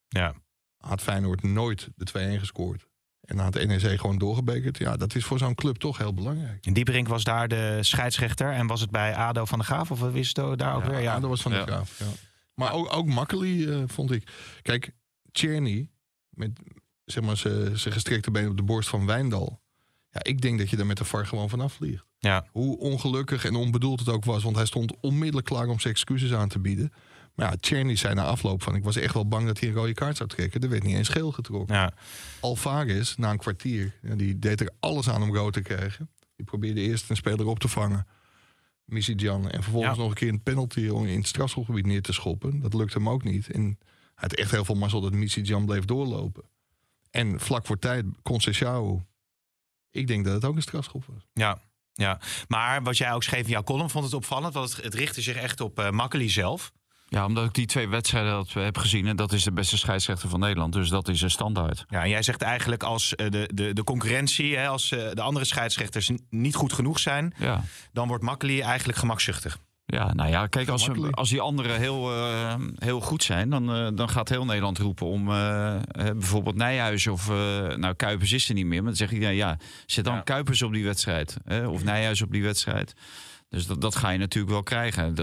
E: had Feyenoord nooit de 2-1 gescoord. En dan had de NEC gewoon doorgebekerd. Ja, dat is voor zo'n club toch heel belangrijk.
D: En Dieperink was daar de scheidsrechter. En was het bij ADO van de Graaf? Of wat wist je daar ook weer?
E: Ja, dat was van de Graaf. Ja. Maar ook Makkely vond ik. Kijk, Tjerny met zeg maar zijn gestrekte been op de borst van Wijndal. Ja, ik denk dat je daar met de VAR gewoon vanaf vliegt.
D: Ja.
E: Hoe ongelukkig en onbedoeld het ook was. Want hij stond onmiddellijk klaar om zijn excuses aan te bieden. Maar ja, Tjerny zei na afloop van... ik was echt wel bang dat hij een rode kaart zou trekken. Er werd niet eens geel getrokken.
D: Ja.
E: Alvarez, na een kwartier, die deed er alles aan om rood te krijgen. Die probeerde eerst een speler op te vangen. Misijan. En vervolgens nog een keer een penalty om in het strafschopgebied neer te schoppen. Dat lukte hem ook niet. En hij had echt heel veel mazzel dat Misijan bleef doorlopen. En vlak voor tijd, Conceição. Ik denk dat het ook een strafschop was.
D: Ja. Maar wat jij ook schreef in jouw column, vond het opvallend. Want het richtte zich echt op Makkely zelf.
F: Ja, omdat ik die 2 wedstrijden heb gezien. En dat is de beste scheidsrechter van Nederland. Dus dat is een standaard.
D: Ja, en jij zegt eigenlijk als de concurrentie... als de andere scheidsrechters niet goed genoeg zijn... dan wordt Makkely eigenlijk gemakzuchtig.
F: Ja, nou ja, kijk, als die anderen heel goed zijn... dan gaat heel Nederland roepen om bijvoorbeeld Nijhuis of... Kuipers is er niet meer. Maar dan zeg ik, zet dan Kuipers op die wedstrijd. Of Nijhuis op die wedstrijd. Dus dat ga je natuurlijk wel krijgen.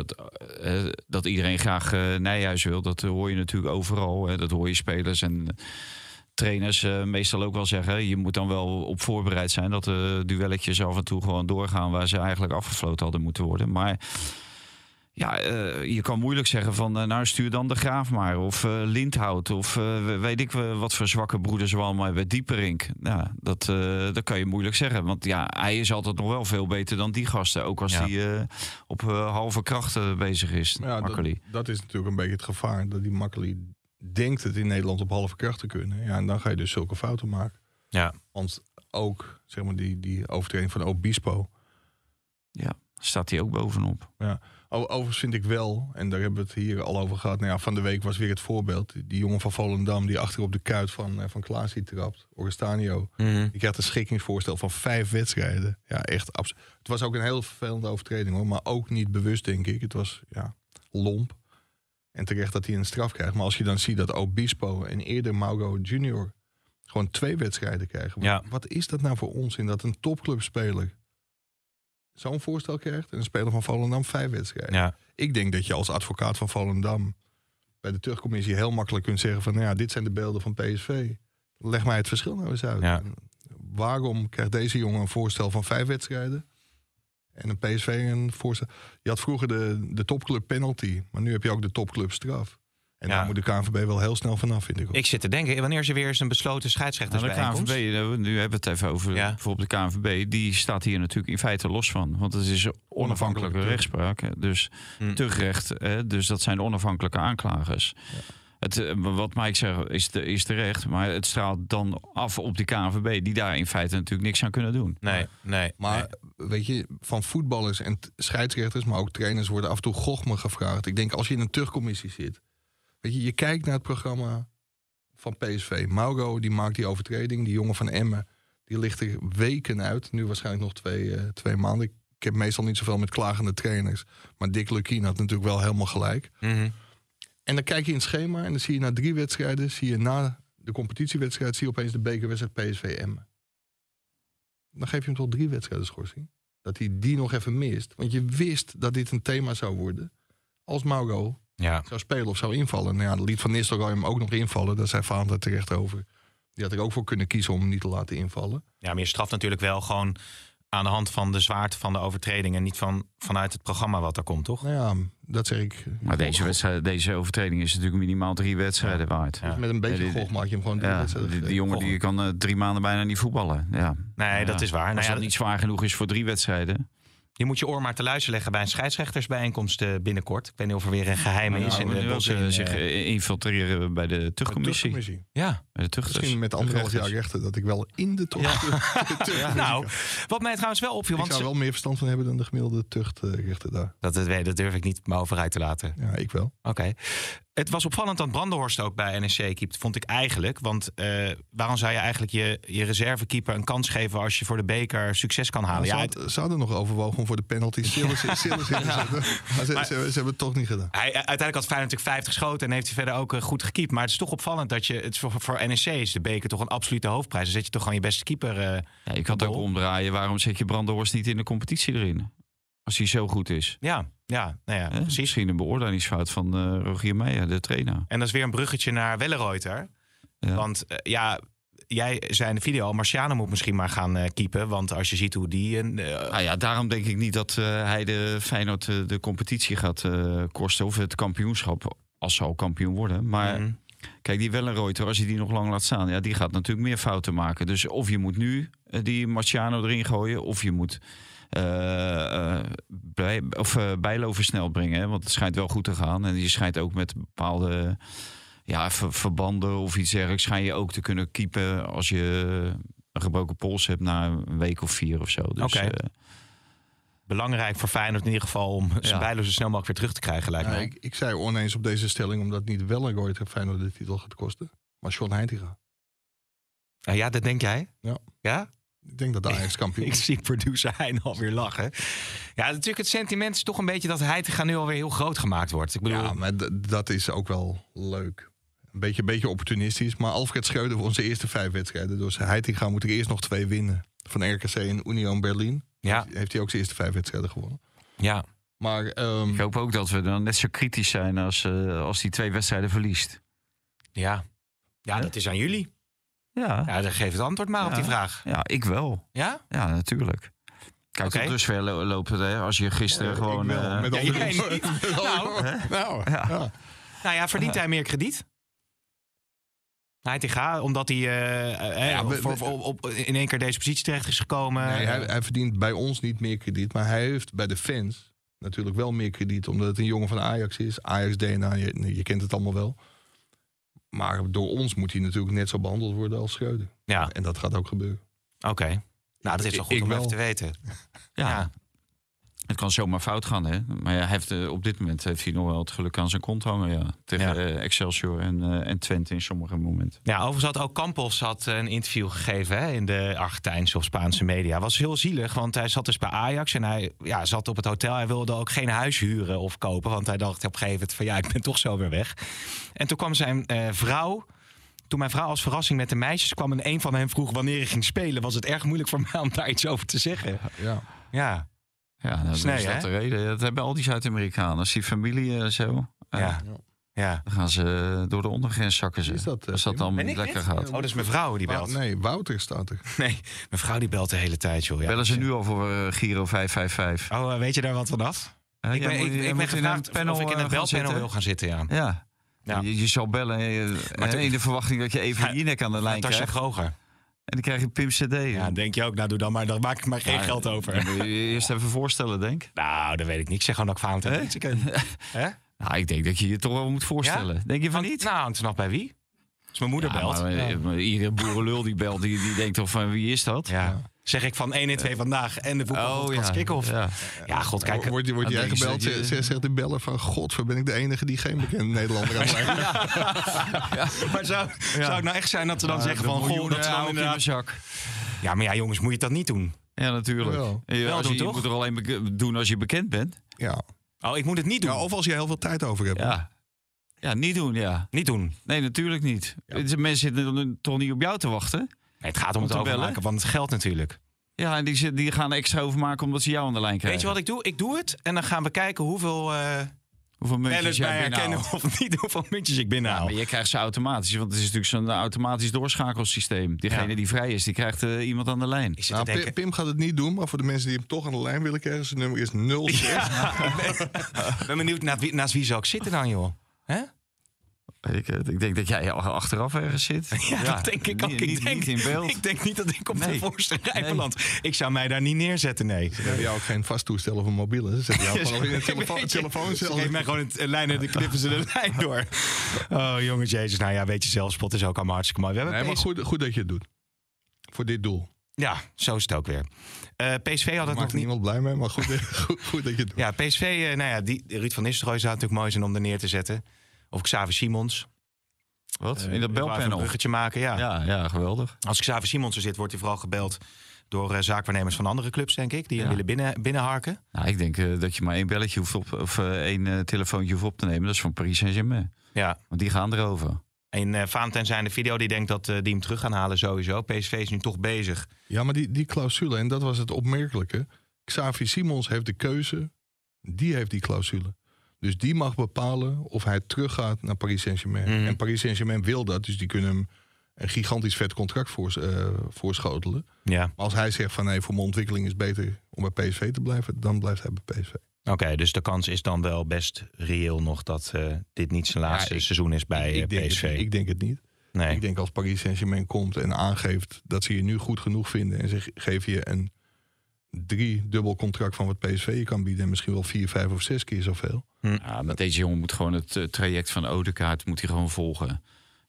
F: Dat iedereen graag Nijhuis wil, dat hoor je natuurlijk overal. Dat hoor je spelers en trainers meestal ook wel zeggen. Je moet dan wel op voorbereid zijn dat de duelletjes af en toe gewoon doorgaan... waar ze eigenlijk afgefloten hadden moeten worden. Maar je kan moeilijk zeggen van stuur dan de Graaf maar. Of Lindhout. Of weet ik wat voor zwakke broeders we allemaal hebben. Dieperink. Ja, dat kan je moeilijk zeggen. Want hij is altijd nog wel veel beter dan die gasten. Ook als hij op halve kracht bezig is.
E: Ja, dat is natuurlijk een beetje het gevaar. Dat die Makkely denkt het in Nederland op halve kracht te kunnen. Ja, en dan ga je dus zulke fouten maken.
D: Ja.
E: Want ook zeg maar die overtreding van Obispo.
F: Ja, staat hij ook bovenop.
E: Ja. Overigens vind ik wel, en daar hebben we het hier al over gehad... Nou ja, van de week was weer het voorbeeld. Die jongen van Volendam die achter op de kuit van Klaasie trapt. Orgestanio.
D: Mm-hmm.
E: Die krijgt een schikkingsvoorstel van 5 wedstrijden. Ja, echt absoluut. Het was ook een heel vervelende overtreding, hoor. Maar ook niet bewust, denk ik. Het was lomp. En terecht dat hij een straf krijgt. Maar als je dan ziet dat Obispo en eerder Mauro Junior... gewoon 2 wedstrijden krijgen.
D: Ja.
E: Wat is dat nou voor onzin dat een topclubspeler... zo'n voorstel krijgt en een speler van Volendam 5 wedstrijden.
D: Ja.
E: Ik denk dat je als advocaat van Volendam bij de terugcommissie heel makkelijk kunt zeggen van... dit zijn de beelden van PSV. Leg mij het verschil nou eens uit.
D: Ja.
E: Waarom krijgt deze jongen een voorstel van 5 wedstrijden... en een PSV een voorstel... Je had vroeger de topclub penalty, maar nu heb je ook de topclub straf. En daar moet de KNVB wel heel snel vanaf, vind ik ook.
D: Ik zit te denken, wanneer is er weer eens een besloten scheidsrechtersbijeenkomst?
F: De KNVB, nu hebben we het even over bijvoorbeeld de KNVB... die staat hier natuurlijk in feite los van. Want het is onafhankelijke rechtspraak. Dus tuchtrecht, dus dat zijn de onafhankelijke aanklagers. Ja. Wat Mike zegt is terecht, maar het straalt dan af op die KNVB... die daar in feite natuurlijk niks aan kunnen doen.
D: Nee.
E: Maar weet je, van voetballers en scheidsrechters... maar ook trainers worden af en toe gochme gevraagd. Ik denk, als je in een terugcommissie zit... Weet je kijkt naar het programma van PSV. Mauro, die maakt die overtreding. Die jongen van Emmen, die ligt er weken uit. Nu waarschijnlijk nog 2 maanden. Ik ik heb meestal niet zoveel met klagende trainers. Maar Dick Lukien had natuurlijk wel helemaal gelijk.
D: Mhm.
E: En dan kijk je in het schema en dan zie je na 3 wedstrijden... zie je na de competitiewedstrijd zie je opeens de bekerwedstrijd PSV Emmen. Dan geef je hem toch 3 wedstrijden schorsing. Dat hij die nog even mist. Want je wist dat dit een thema zou worden. Als Mauro zou spelen of zou invallen. Nou ja, liet Van Nistelrooy hem ook nog invallen. Daar zei Vaan daar terecht over. Die had er ook voor kunnen kiezen om hem niet te laten invallen.
D: Ja, maar je straft natuurlijk wel gewoon aan de hand van de zwaarte van de overtreding... en niet vanuit het programma wat er komt, toch?
E: Nou ja, dat zeg ik.
F: Maar deze overtreding is natuurlijk minimaal 3 wedstrijden waard.
E: Dus met een beetje gog maak je hem gewoon 3 wedstrijden.
F: Die jongen die kan 3 maanden bijna niet voetballen. Ja.
D: Nee, dat is waar.
F: Als dat niet zwaar genoeg is voor 3 wedstrijden...
D: Je moet je oor maar te luisteren leggen bij een scheidsrechtersbijeenkomst binnenkort. Ik weet niet of er weer een geheim is.
F: In de bossen zich infiltreren bij de tuchtcommissie.
D: Ja,
F: bij de tuchters.
E: Misschien met 1,5 jaar rechten dat ik wel in de tucht.
D: Nou, wat mij trouwens wel opviel...
E: Ik zou wel meer verstand van hebben dan de gemiddelde tuchtrechter daar.
D: Dat durf ik niet me over uit te laten.
E: Ja, ik wel.
D: Oké. Het was opvallend dat Brandenhorst ook bij NEC keept, vond ik eigenlijk. Want waarom zou je eigenlijk je reservekeeper een kans geven... als je voor de beker succes kan halen?
E: Ze hadden nog overwogen om voor de penalty Sillis in te zetten. Maar ze hebben het toch niet gedaan.
D: Uiteindelijk had Feyenoord natuurlijk 50 geschoten... en heeft hij verder ook goed gekiept. Maar het is toch opvallend dat voor NEC is de beker toch een absolute hoofdprijs. Dan zet je toch gewoon je beste keeper
F: je kan het ook omdraaien. Waarom zet je Brandenhorst niet in de competitie erin? Als hij zo goed is.
D: Ja, precies.
F: Misschien een beoordelingsfout van Rogier Meijer, de trainer. En
D: dat is weer een bruggetje naar Wellenreuter. Ja. Want jij zei in de video... Marciano moet misschien maar gaan keepen. Want als je ziet hoe die...
F: daarom denk ik niet dat hij de Feyenoord de competitie gaat kosten. Of het kampioenschap, als ze al kampioen worden. Maar kijk, die Wellenreuter, als je die nog lang laat staan... die gaat natuurlijk meer fouten maken. Dus of je moet nu die Marciano erin gooien... of je moet... Bijlo versneld brengen, hè? Want het schijnt wel goed te gaan. En je schijnt ook met bepaalde verbanden of iets dergelijks... schijn je ook te kunnen keepen als je een gebroken pols hebt... na een week of 4 of zo. Dus,
D: belangrijk voor Feyenoord in ieder geval... om zijn Bijlo zo snel mogelijk weer terug te krijgen, lijkt mij.
E: Ik zei oneens op deze stelling... omdat niet Wellenreuter Feyenoord de titel gaat kosten... maar John Heitinga.
D: Ja, dat denk jij? Ja?
E: Ik denk dat de Ajax kampioen
D: is. Ik zie producer Hein alweer lachen. Ja, natuurlijk het sentiment is toch een beetje... dat Heitinga nu alweer heel groot gemaakt wordt. Ik bedoel...
E: Ja, maar dat is ook wel leuk. Een beetje opportunistisch. Maar Alfred Schreuder won zijn eerste 5 wedstrijden. Dus Heitinga moet er eerst nog 2 winnen. Van RKC en Union Berlin.
D: Ja.
E: Heeft hij ook zijn eerste 5 wedstrijden gewonnen.
D: Ja.
F: Maar, ik hoop ook dat we dan net zo kritisch zijn... als die 2 wedstrijden verliest.
D: Ja, dat is aan jullie. Ja, dan geef het antwoord maar op die vraag.
F: Ja, ik wel.
D: Ja?
F: Ja, natuurlijk. Kijk, tot dusver lopen het, hè. Als je gisteren gewoon...
D: verdient hij meer krediet? Heitinga, omdat hij in één keer deze positie terecht is gekomen.
E: Nee, hij verdient bij ons niet meer krediet. Maar hij heeft bij de fans natuurlijk wel meer krediet. Omdat het een jongen van Ajax is. Ajax DNA, je kent het allemaal wel. Maar door ons moet hij natuurlijk net zo behandeld worden als Schreuder.
D: Ja.
E: En dat gaat ook gebeuren.
D: Oké. Nou, dat is wel goed om even te weten.
F: Ja. Het kan zomaar fout gaan, hè. Maar hij heeft, op dit moment heeft hij nog wel het geluk aan zijn kont hangen. Ja. Tegen Excelsior en Twente in sommige momenten.
D: Ja, overigens had ook Campos een interview gegeven... Hè, in de Argentijnse of Spaanse media. Was heel zielig, want hij zat dus bij Ajax... en hij zat op het hotel. Hij wilde ook geen huis huren of kopen... want hij dacht op een gegeven moment van... ik ben toch zo weer weg. En toen kwam zijn vrouw... Toen mijn vrouw als verrassing met de meisjes kwam... en een van hen vroeg wanneer hij ging spelen... was het erg moeilijk voor mij om daar iets over te zeggen. Ja.
F: Ja, dat is dat de reden. Dat hebben al die Zuid-Amerikanen. Als die familie zo... Dan gaan ze door de ondergrens zakken ze. Als dat dan lekker gaat.
D: Oh, dat is mijn vrouw die belt.
E: Nee, Wouter staat er.
D: Nee, mijn vrouw die belt de hele tijd, joh. Ja,
F: bellen ze nu al voor Giro 555?
D: Oh, weet je daar wat vanaf? Ik ben gevraagd of ik in het belpanel wil gaan zitten, ja.
F: Je zal bellen in de verwachting dat je even Jinek aan de lijn krijgt.
D: Natasja Groger.
F: En dan krijg je Pim CD.
D: Ja, denk je ook. Nou, doe dan maar. Daar maak ik maar geen geld over.
F: Dan moet je eerst even voorstellen, denk.
D: Nou, dat weet ik niet. Ik zeg gewoon dat ik Valentijn ken.
F: Nou, ik denk dat je je toch wel moet voorstellen. Ja? Denk je van niet?
D: Nou, hangt er nog bij wie? Als mijn moeder belt.
F: Maar iedere boerenlul die belt, die denkt toch van wie is dat?
D: Ja. Zeg ik van 1 en 2 vandaag en de voetbalpodcast Kickoff. Ja, god, kijk.
E: Wordt jij gebeld? Zegt de beller van... God, ben ik de enige die geen bekende Nederlander aan lijkt?
D: Maar zou het nou echt zijn dat ze dan zeggen van... Goh, dat ze dan inderdaad...
F: zak.
D: Ja, maar jongens, moet je dat niet doen?
F: Ja, natuurlijk.
E: Wel.
D: Wel doen,
F: Je
D: toch?
F: moet er alleen doen als je bekend bent.
E: Ja.
D: Oh, ik moet het niet doen.
E: Ja, of als je heel veel tijd over hebt.
F: Ja, niet doen, ja.
D: Niet doen.
F: Nee, natuurlijk niet. Mensen zitten toch niet op jou te wachten?
D: Nee, het gaat om het
F: te bellen.
D: overmaken, want het geldt natuurlijk.
F: Ja, en die gaan er extra overmaken omdat ze jou aan de lijn krijgen.
D: Weet je wat ik doe? Ik doe het en dan gaan we kijken hoeveel
F: Hoeveel muntjes
D: bellers
F: jij
D: bij herkennen
F: binnenhaalt.
D: of niet, hoeveel muntjes ik
F: Ja,
D: binnenhaal.
F: maar je krijgt ze automatisch, want het is natuurlijk zo'n automatisch doorschakelssysteem. Diegene die vrij is, die krijgt iemand aan de lijn.
D: Ik zit
E: Nou,
D: te denken,
E: Pim gaat het niet doen, maar voor de mensen die hem toch aan de lijn willen krijgen, zijn nummer is 06.
D: ik ben benieuwd naast wie zou ik zitten dan, joh? Hè?
F: Ik denk dat jij al achteraf ergens zit.
D: Ja, dat denk ik ook.
F: Niet in beeld.
D: Ik denk niet dat ik op de
F: Nee.
D: voorste rij beland. Ik zou mij daar niet neerzetten, nee.
E: Ze hebben jou ook geen vast toestel of een mobiele. Ze zetten jou gewoon in een telefooncel.
D: Geef mij gewoon een lijn en dan knippen ze de lijn door. Oh, jongens, jezus. Nou ja, weet je, zelfspot is ook allemaal hartstikke mooi. We hebben
E: Nee, maar goed dat je het doet. Voor dit doel.
D: Ja, zo is het ook weer. PSV had het
E: Daar
D: nog
E: maakt
D: niet.
E: niemand blij mee, maar goed dat je het doet.
D: Ja, PSV, Ruud van Nistelrooy zou natuurlijk mooi zijn om er neer te zetten. Of Xavi Simons.
F: Wat? In dat
D: Ik wou even een
F: belpanel?
D: bruggetje maken, ja.
F: Ja, geweldig.
D: Als Xavi Simons er zit, wordt hij vooral gebeld door zaakwaarnemers van andere clubs, denk ik. Die hem willen binnenharken.
F: Nou, ik denk dat je maar één belletje hoeft of één telefoontje hoeft op te nemen. Dat is van Paris Saint-Germain.
D: Ja.
F: Want die gaan erover.
D: En Valentijn zei in de video, die denkt dat die hem terug gaan halen sowieso. PSV is nu toch bezig.
E: Ja, maar die clausule, en dat was het opmerkelijke. Xavi Simons heeft de keuze. Die heeft die clausule. Dus die mag bepalen of hij teruggaat naar Paris Saint-Germain.
D: Mhm.
E: En Paris Saint-Germain wil dat. Dus die kunnen hem een gigantisch vet contract voorschotelen.
D: Ja.
E: Maar als hij zegt van nee, voor mijn ontwikkeling is het beter om bij PSV te blijven, dan blijft hij bij PSV.
D: Oké, dus de kans is dan wel best reëel nog dat dit niet zijn laatste seizoen is bij PSV.
E: Ik denk het niet.
D: Nee.
E: Ik denk als Paris Saint-Germain komt en aangeeft dat ze je nu goed genoeg vinden en ze geven je een 3-dubbel contract van wat PSV je kan bieden en misschien wel 4, 5 of 6 keer zoveel.
F: Ja, maar deze jongen moet gewoon het traject van Odegaard moet hij gewoon volgen.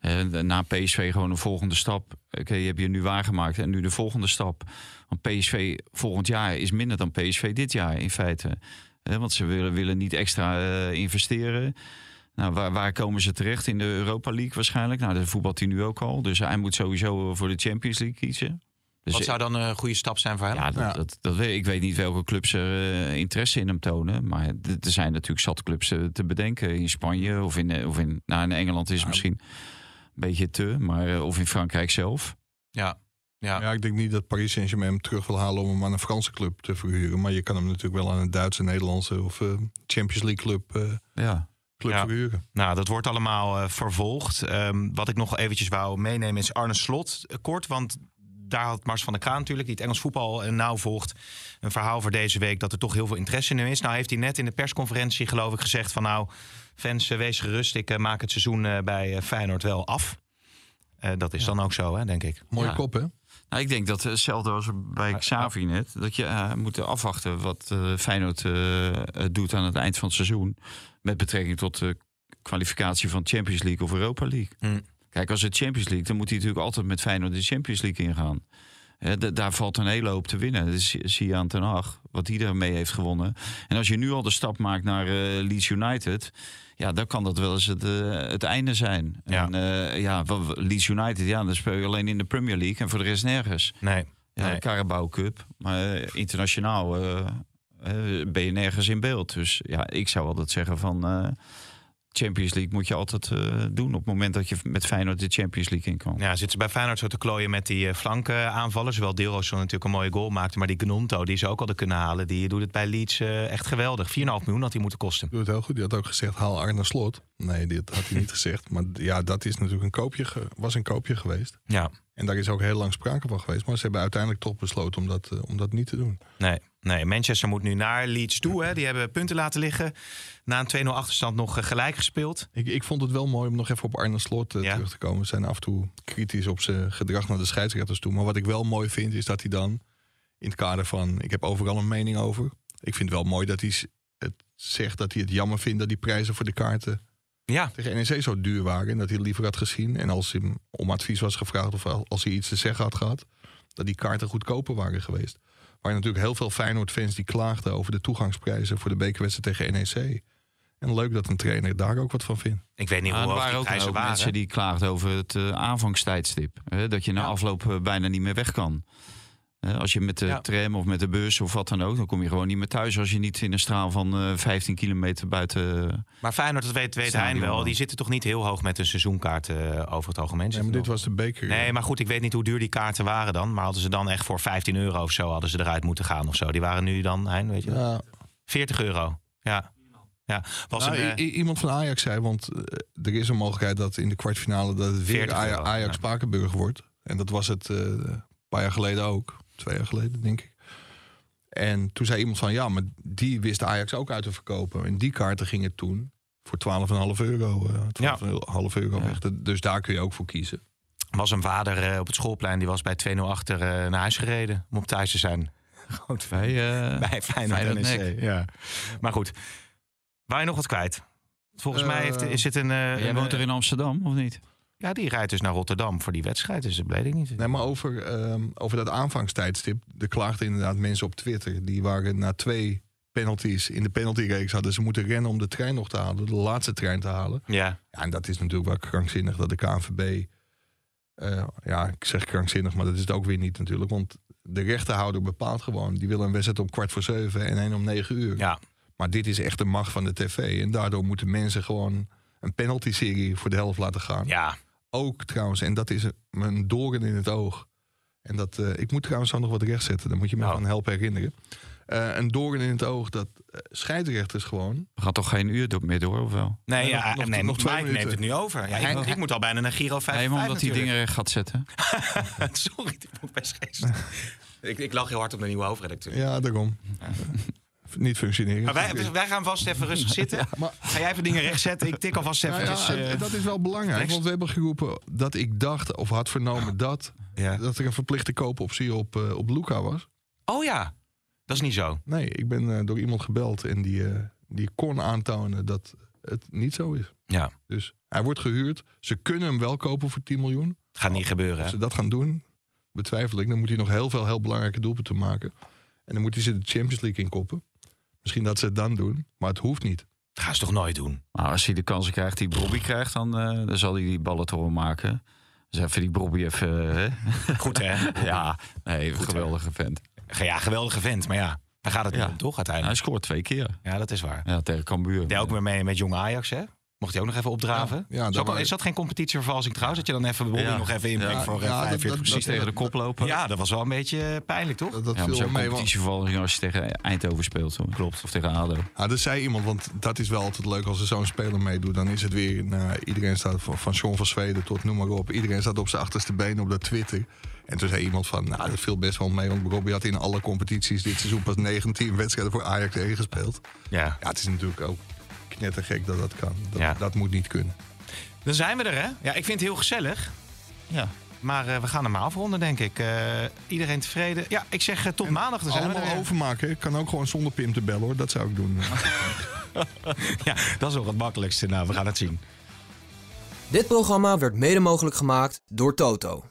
F: Na PSV gewoon een volgende stap. Oké, je hebt je nu waargemaakt en nu de volgende stap. Want PSV volgend jaar is minder dan PSV dit jaar in feite. Want ze willen niet extra investeren. Nou, waar komen ze terecht? In de Europa League waarschijnlijk. Nou, dat voetbalt hij nu ook al. Dus hij moet sowieso voor de Champions League kiezen. Dus
D: Wat zou dan een goede stap zijn voor hem?
F: Ja, dat weet ik. Ik weet niet welke clubs er interesse in hem tonen. Maar er zijn natuurlijk zat clubs te bedenken. In Spanje of in Engeland is het misschien een beetje te. Maar, of in Frankrijk zelf.
D: Ja.
E: Ja, ik denk niet dat Paris Saint-Germain hem terug wil halen om hem aan een Franse club te verhuren. Maar je kan hem natuurlijk wel aan een Duitse, Nederlandse of Champions League club verhuren.
D: Nou, dat wordt allemaal vervolgd. Wat ik nog eventjes wou meenemen is Arne Slot kort. Want daar had Mars van der Kraan natuurlijk, die het Engels voetbal nauw volgt, een verhaal voor deze week dat er toch heel veel interesse in hem is. Nou heeft hij net in de persconferentie geloof ik gezegd van nou, fans wees gerust, ik maak het seizoen bij Feyenoord wel af. Dat is dan ook zo, hè, denk ik.
E: Mooie kop, hè?
F: Nou, ik denk dat hetzelfde als bij Xavi net. Dat je moet afwachten wat Feyenoord doet aan het eind van het seizoen. Met betrekking tot de kwalificatie van Champions League of Europa League. Kijk, als het Champions League, dan moet hij natuurlijk altijd met Feyenoord de Champions League ingaan. Daar valt een hele hoop te winnen. Dus zie je aan Ten Hag, wat hij ermee heeft gewonnen. En als je nu al de stap maakt naar Leeds United, ja, dan kan dat wel eens het einde zijn.
D: Ja.
F: En Leeds United, dan speel je alleen in de Premier League en voor de rest nergens.
D: Nee.
F: De Carabao Cup. Maar internationaal ben je nergens in beeld. Dus ja, ik zou altijd zeggen van Champions League moet je altijd doen op het moment dat je met Feyenoord de Champions League in kan.
D: Ja, zitten ze bij Feyenoord zo te klooien met die flankaanvallen. Zowel Deelroos natuurlijk een mooie goal maakte, maar die Gnonto die ze ook hadden kunnen halen, die doet het bij Leeds echt geweldig. 4,5 miljoen had hij moeten kosten.
E: Doet het heel goed. Die had ook gezegd, haal Arne Slot. Nee, dat had hij niet gezegd. Maar ja, dat is natuurlijk een koopje geweest.
D: Ja.
E: En daar is ook heel lang sprake van geweest. Maar ze hebben uiteindelijk toch besloten om dat niet te doen.
D: Nee, Manchester moet nu naar Leeds toe. Hè. Die hebben punten laten liggen. Na een 2-0 achterstand nog gelijk gespeeld.
E: Ik vond het wel mooi om nog even op Arne Slot terug te komen. We zijn af en toe kritisch op zijn gedrag naar de scheidsrechters toe. Maar wat ik wel mooi vind, is dat hij dan in het kader van, ik heb overal een mening over. Ik vind het wel mooi dat hij het zegt dat hij het jammer vindt dat die prijzen voor de kaarten tegen NEC zo duur waren. En dat hij het liever had gezien. En als hem om advies was gevraagd of als hij iets te zeggen had gehad, dat die kaarten goedkoper waren geweest. Er waren natuurlijk heel veel Feyenoord-fans die klaagden over de toegangsprijzen voor de bekerwedstrijd tegen NEC. En leuk dat een trainer daar ook wat van vindt.
D: Ik weet niet hoe hoog die prijzen waren.
F: Mensen die klaagden over het aanvangstijdstip. Dat je na afloop bijna niet meer weg kan. Als je met de tram of met de bus of wat dan ook... dan kom je gewoon niet meer thuis als je niet in een straal van 15 kilometer buiten...
D: Maar Feyenoord, dat weet Hein wel. Die zitten toch niet heel hoog met een seizoenkaart over het algemeen.
E: Nee, maar dit was de beker.
D: Nee, maar goed, ik weet niet hoe duur die kaarten waren dan. Maar hadden ze dan echt voor €15 of zo hadden ze eruit moeten gaan of zo. Die waren nu dan, Hein, weet je
E: Ja.
D: €40. Ja.
E: Iemand van Ajax zei, want er is een mogelijkheid dat in de kwartfinale... dat het weer Ajax-Spakenburg wordt. En dat was het een paar jaar geleden ook. 2 jaar geleden, denk ik. En toen zei iemand van, ja, maar die wist Ajax ook uit te verkopen. En die kaarten gingen toen voor €12,5. €12,5 weg. Dus daar kun je ook voor kiezen.
D: Was een vader op het schoolplein, die was bij 2-0 achter naar huis gereden om op thuis te zijn. Gewoon bij Feyenoord NEC. Ja. Maar goed, wou je nog wat kwijt? Volgens mij is het een...
F: Jij woont er in Amsterdam, of niet?
D: Ja, die rijdt dus naar Rotterdam voor die wedstrijd, dus dat weet ik niet.
E: Nee, maar over dat aanvangstijdstip, er klaagden inderdaad mensen op Twitter. Die waren na 2 penalties in de penaltyreeks hadden ze moeten rennen om de trein nog te halen, de laatste trein te halen.
D: Ja.
E: En dat is natuurlijk wel krankzinnig dat de KNVB... ik zeg krankzinnig, maar dat is het ook weer niet natuurlijk. Want de rechterhouder bepaalt gewoon, die wil een wedstrijd om 6:45 en een om 9:00.
D: Ja.
E: Maar dit is echt de macht van de tv. En daardoor moeten mensen gewoon een penalty-serie voor de helft laten gaan.
D: Ja.
E: Ook trouwens, en dat is een doorn in het oog. En dat, ik moet trouwens zo nog wat rechtzetten. Dan moet je me aan helpen herinneren. Een doorn in het oog dat scheidsrechters gewoon...
F: We gaan toch geen uur meer door, of wel?
D: Nee,
E: nog 2
D: Mike
E: minuten.
D: neemt het nu over. Ja, ik moet al bijna naar Giro 5.
F: Nee, omdat die dingen recht gaat zetten.
D: Sorry, die moet best geest. ik lach heel hard op de nieuwe hoofdredacteur.
E: Ja, daarom. Niet functioneren.
D: Maar wij gaan vast even rustig zitten. Ja. Maar, ga jij even dingen rechtzetten? Ik tik alvast even.
E: Dat is wel belangrijk. Want we hebben geroepen dat ik dacht of had vernomen dat er een verplichte koopoptie op Luca was.
D: Oh ja, dat is niet zo.
E: Nee, ik ben door iemand gebeld en die kon aantonen dat het niet zo is.
D: Ja.
E: Dus hij wordt gehuurd. Ze kunnen hem wel kopen voor 10 miljoen.
D: Het gaat niet gebeuren.
E: Als ze dat gaan doen, betwijfel ik. Dan moet hij nog heel belangrijke doelpunten maken. En dan moet hij ze de Champions League inkoppen. Misschien dat ze het dan doen, maar het hoeft niet.
D: Dat gaan ze toch nooit doen?
F: Maar als hij de kansen krijgt die Bobby krijgt, dan zal hij die ballen toch wel maken. Dus even die Bobby even...
D: Goed, hè?
F: Ja, nee, goed, geweldige vent.
D: Ja, geweldige vent, maar ja, daar gaat het niet om, toch uiteindelijk?
F: Hij scoort 2 keer.
D: Ja, dat is waar.
F: Ja, tegen Cambuur.
D: Deed ook weer mee met Jong Ajax, hè? Mocht hij ook nog even opdraven? Is dat geen competitievervalsing trouwens? Dat je dan even Bobby nog even inbrengt voor 45
F: precies tegen de kop lopen.
D: Ja, dat was wel een beetje pijnlijk, toch?
E: Dat
F: maar zo'n competitievervalsing als je tegen Eindhoven speelt. Hoor.
D: Klopt.
F: Of tegen ADO.
E: Dat zei iemand, want dat is wel altijd leuk als er zo'n speler meedoet. Dan is het weer, iedereen staat van Sean van Zweden tot noem maar op. Iedereen staat op zijn achterste benen op dat Twitter. En toen zei iemand van, dat viel best wel mee. Want Bobby had in alle competities dit seizoen pas 19 wedstrijden voor Ajax 1 gespeeld. Ja, het is natuurlijk ook knettergek dat dat kan. Dat moet niet kunnen.
D: Dan zijn we er, hè? Ja, ik vind het heel gezellig.
F: Ja.
D: Maar we gaan hem afronden, denk ik. Iedereen tevreden? Ja, ik zeg tot maandag. Dan zijn
E: allemaal
D: we er.
E: overmaken. Ik kan ook gewoon zonder Pim te bellen, hoor. Dat zou ik doen.
D: Ja, dat is wel het makkelijkste. Nou, we gaan het zien.
B: Dit programma werd mede mogelijk gemaakt door Toto.